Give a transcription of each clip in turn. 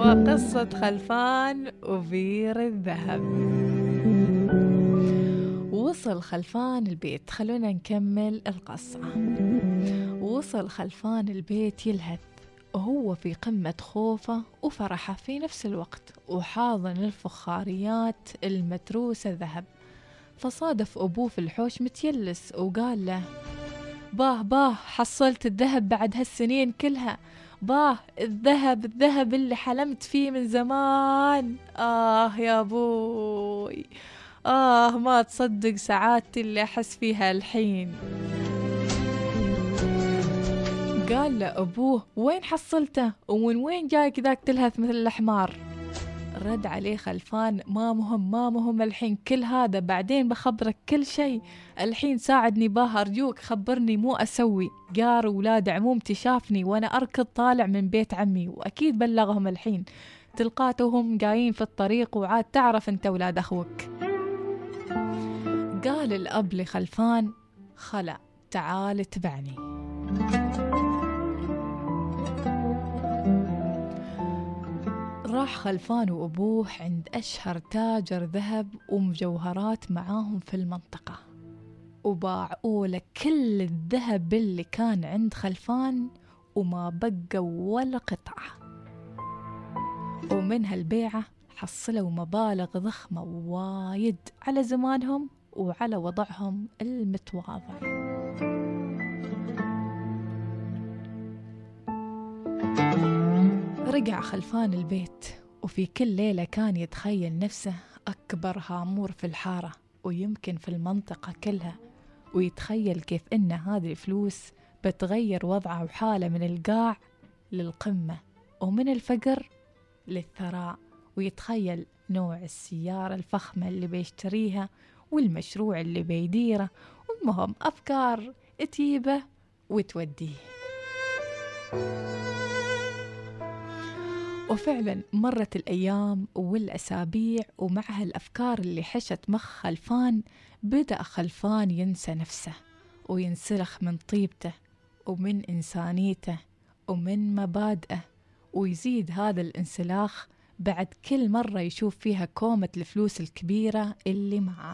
قصة خلفان وبير الذهب. وصل خلفان البيت، خلونا نكمل القصة. وصل خلفان البيت يلهث وهو في قمة خوفه وفرحه في نفس الوقت، وحاضن الفخاريات المتروسة ذهب. فصادف أبوه في الحوش متيلس وقال له: باه حصلت الذهب بعد هالسنين كلها، باه الذهب اللي حلمت فيه من زمان. يا أبوي، ما تصدق سعادتي اللي أحس فيها الحين. قال له أبوه: وين حصلته ومن وين جايك ذاك تلهث مثل الحمار؟ رد عليه خلفان: ما مهم الحين كل هذا، بعدين بخبرك كل شيء. الحين ساعدني باه أرجوك، خبرني مو أسوي. جار ولاد عمومتي شافني وأنا أركض طالع من بيت عمي، وأكيد بلغهم الحين، تلقاتهم جايين في الطريق، وعاد تعرف أنت ولاد أخوك. قال الأب لخلفان: خلا تعال اتبعني. راح خلفان وأبوه عند أشهر تاجر ذهب ومجوهرات معاهم في المنطقة، وباعوا له كل الذهب اللي كان عند خلفان، وما بقى ولا قطعة. ومن هالبيعة حصلوا مبالغ ضخمة وايد على زمانهم وعلى وضعهم المتواضع. رجع خلفان البيت، وفي كل ليلة كان يتخيل نفسه أكبر هامور في الحارة ويمكن في المنطقة كلها، ويتخيل كيف إن هذه الفلوس بتغير وضعه وحاله من القاع للقمة، ومن الفقر للثراء، ويتخيل نوع السيارة الفخمة اللي بيشتريها والمشروع اللي بيديره، والمهم أفكار تجيبه وتوديه. وفعلا مرت الأيام والأسابيع، ومعها الأفكار اللي حشت مخ خلفان بدأ خلفان ينسى نفسه وينسلخ من طيبته ومن إنسانيته ومن مبادئه، ويزيد هذا الانسلاخ بعد كل مرة يشوف فيها كومة الفلوس الكبيرة اللي معاه.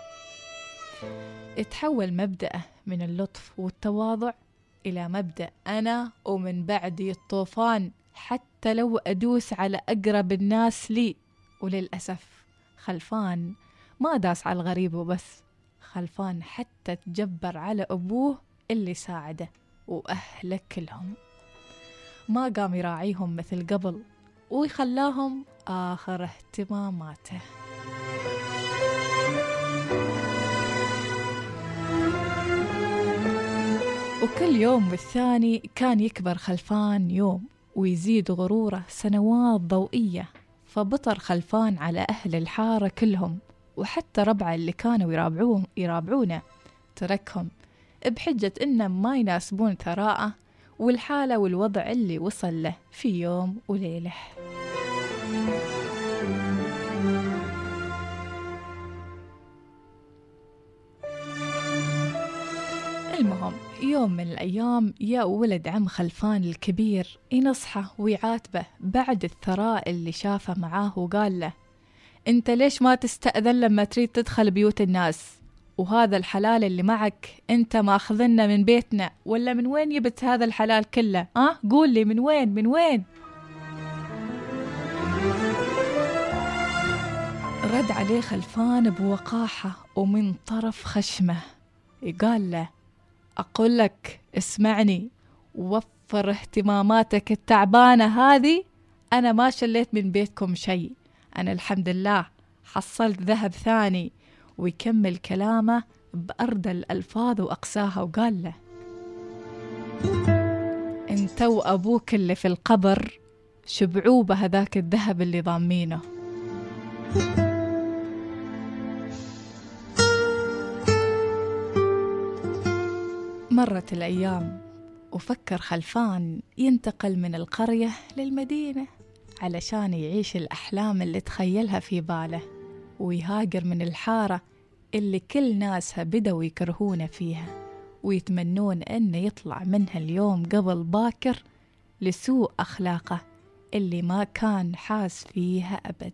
اتحول مبدأه من اللطف والتواضع إلى مبدأ أنا ومن بعدي الطوفان، حتى لو أدوس على أقرب الناس لي. وللأسف خلفان ما داس على الغريب وبس، خلفان حتى تجبر على أبوه اللي ساعده وأهله كلهم، ما قام يراعيهم مثل قبل ويخلاهم آخر اهتماماته. وكل يوم والثاني كان يكبر خلفان يوم، ويزيد غروره سنوات ضوئية. فبطر خلفان على أهل الحارة كلهم، وحتى ربعه اللي كانوا يرابعونه تركهم بحجة إنهم ما يناسبون ثراءه والحالة والوضع اللي وصل له في يوم وليلة. المهم يوم من الأيام يا ولد عم خلفان الكبير ينصحه ويعاتبه بعد الثراء اللي شافه معاه، وقال له: انت ليش ما تستأذن لما تريد تدخل بيوت الناس؟ وهذا الحلال اللي معك انت ماخذنا من بيتنا، ولا من وين جبت هذا الحلال كله؟ قول لي من وين؟ رد عليه خلفان بوقاحة ومن طرف خشمه، قال له: أقول لك اسمعني، وفر اهتماماتك التعبانة هذه، أنا ما شليت من بيتكم شيء، أنا الحمد لله حصلت ذهب ثاني. ويكمل كلامه بأرض الألفاظ وأقساها، وقال له: انت وأبوك اللي في القبر شبعوا بهذاك الذهب اللي ضامينه. مرت الأيام، وفكر خلفان ينتقل من القرية للمدينة علشان يعيش الأحلام اللي تخيلها في باله، ويهاجر من الحارة اللي كل ناسها بدوا يكرهونه فيها ويتمنون أنه يطلع منها اليوم قبل باكر لسوء أخلاقه اللي ما كان حاس فيها أبد.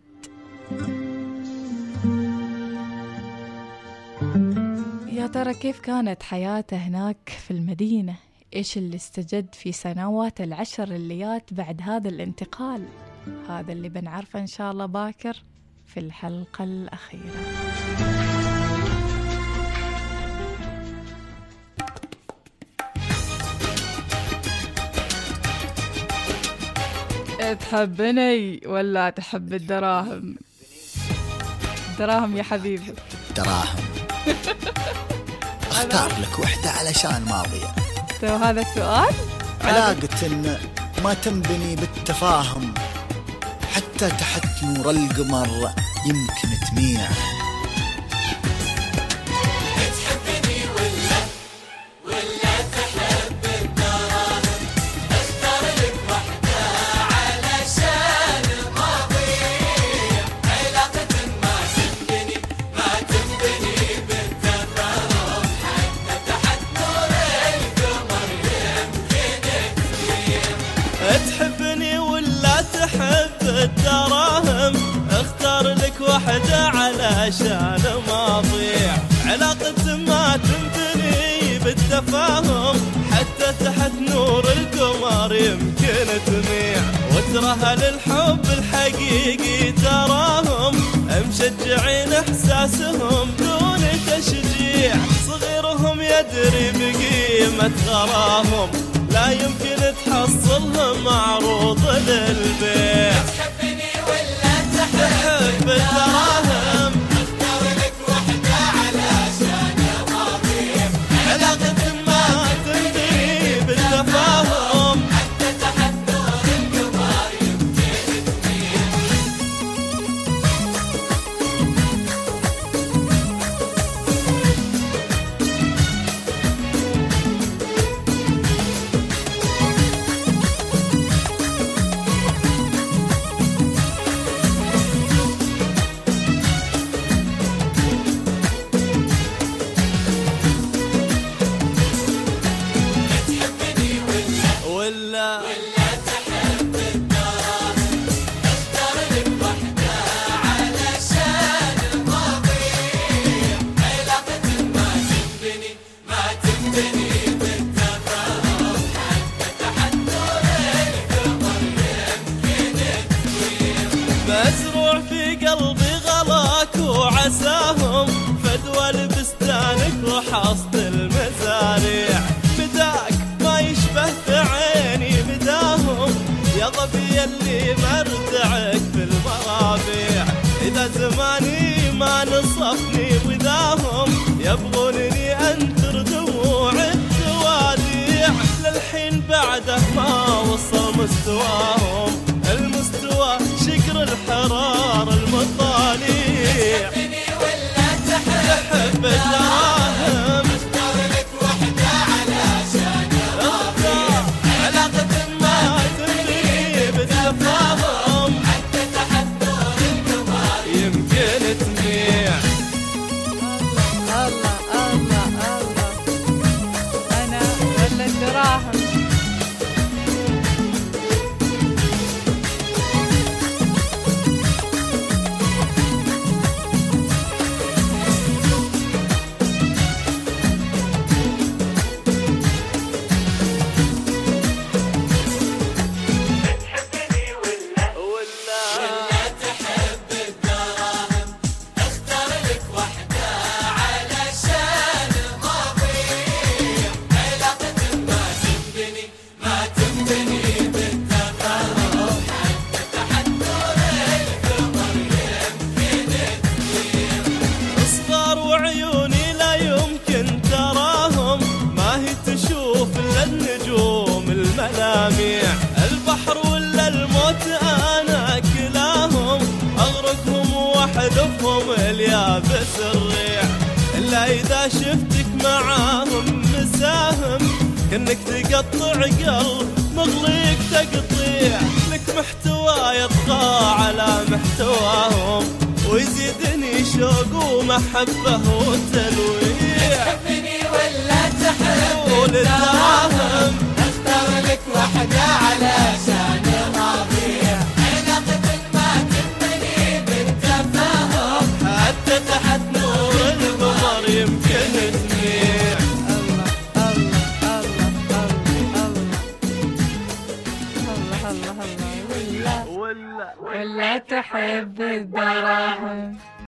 يا ترى كيف كانت حياته هناك في المدينة؟ إيش اللي استجد في سنوات العشر الليات بعد هذا الانتقال؟ هذا اللي بنعرفه إن شاء الله باكر في الحلقة الأخيرة. تحبني ولا تحب الدراهم؟ دراهم يا حبيبي. دراهم. اختار لك وحدة علشان ماضية. هذا السؤال؟ علاقة ما تنبني بالتفاهم، حتى تحت نور القمر يمكن تميع. تحبني ولا تحب الدراهم؟ اختار لك وحدة علشان ماضية. علاقة ما تنبني بالتفاهم، حتى تحت نور القمر يمكن تميع. تحبني ولا تحب الدراهم؟ اختار لك وحدة علشان ما اضيع. علاقة ما تنبني بالتفاهم، حتى تحت نور القمر يمكن تميع. وترها للحب الحقيقي تراهم مشجعين احساسهم دون تشجيع. صغيرهم يدري بقيمة غراهم، لا يمكن تحصلهم معروض للبيع. تحبني ولا تحب الدراهم؟ اختار لك وحدة علشان ماضية. علاقة ما تنبني بالتفاهم، حتى تحت نور القمر يمكن تميع. تحبني ولا تحب الدراهم؟ اختار لك وحدة علشان ماضية. علاقة ما تنبني بالتفاهم، حتى تحت نور القمر يمكن تميع. مزروع في قلبي غلاك وعساهم، فدوى لبستانك وحصد المزاريع. بداك ما يشبه في عيني بداهم، يا ظبي اللي مردعك في المرابيع. إذا زماني ما نصفني وذاهم، يبغونني أنثر دموع التواديع. للحين بعده ما وصل مستواهم، المستوى شكر الحرار المطاليع. تحبني ولا تحب الدراهم؟ اختار لك وحدة علشان اختار علاقة ما تنبني بالتفاهم، حتى تحت نور القمر يمكن تميع. الله الله الله، أنا ولا الدراهم؟ ولا تحب الدراهم؟ اختار لك وحدة علشان ماضية. علاقة ما تنبني بالتفاهم، حتى تحت نور القمر يمكن تميع. صغار وعيوني لا يمكن تراهم، ما هي تشوف الا النجوم الملاميع. البحر ولا الموت انا كلاهم، اغرقهم واحذفهم اليابس الريع. الا اذا شفتك معاهم مساهم، كأنك تقطع قلب مغليك تقطيع. لك محتوى يطغى على محتواهم، ويزيدني شوق ومحبة وتلويع. تحبني ولا تحب الدراهم؟ اختار لك وحدة علشان ماضية. الله الله الله ولا تحب الدراهم.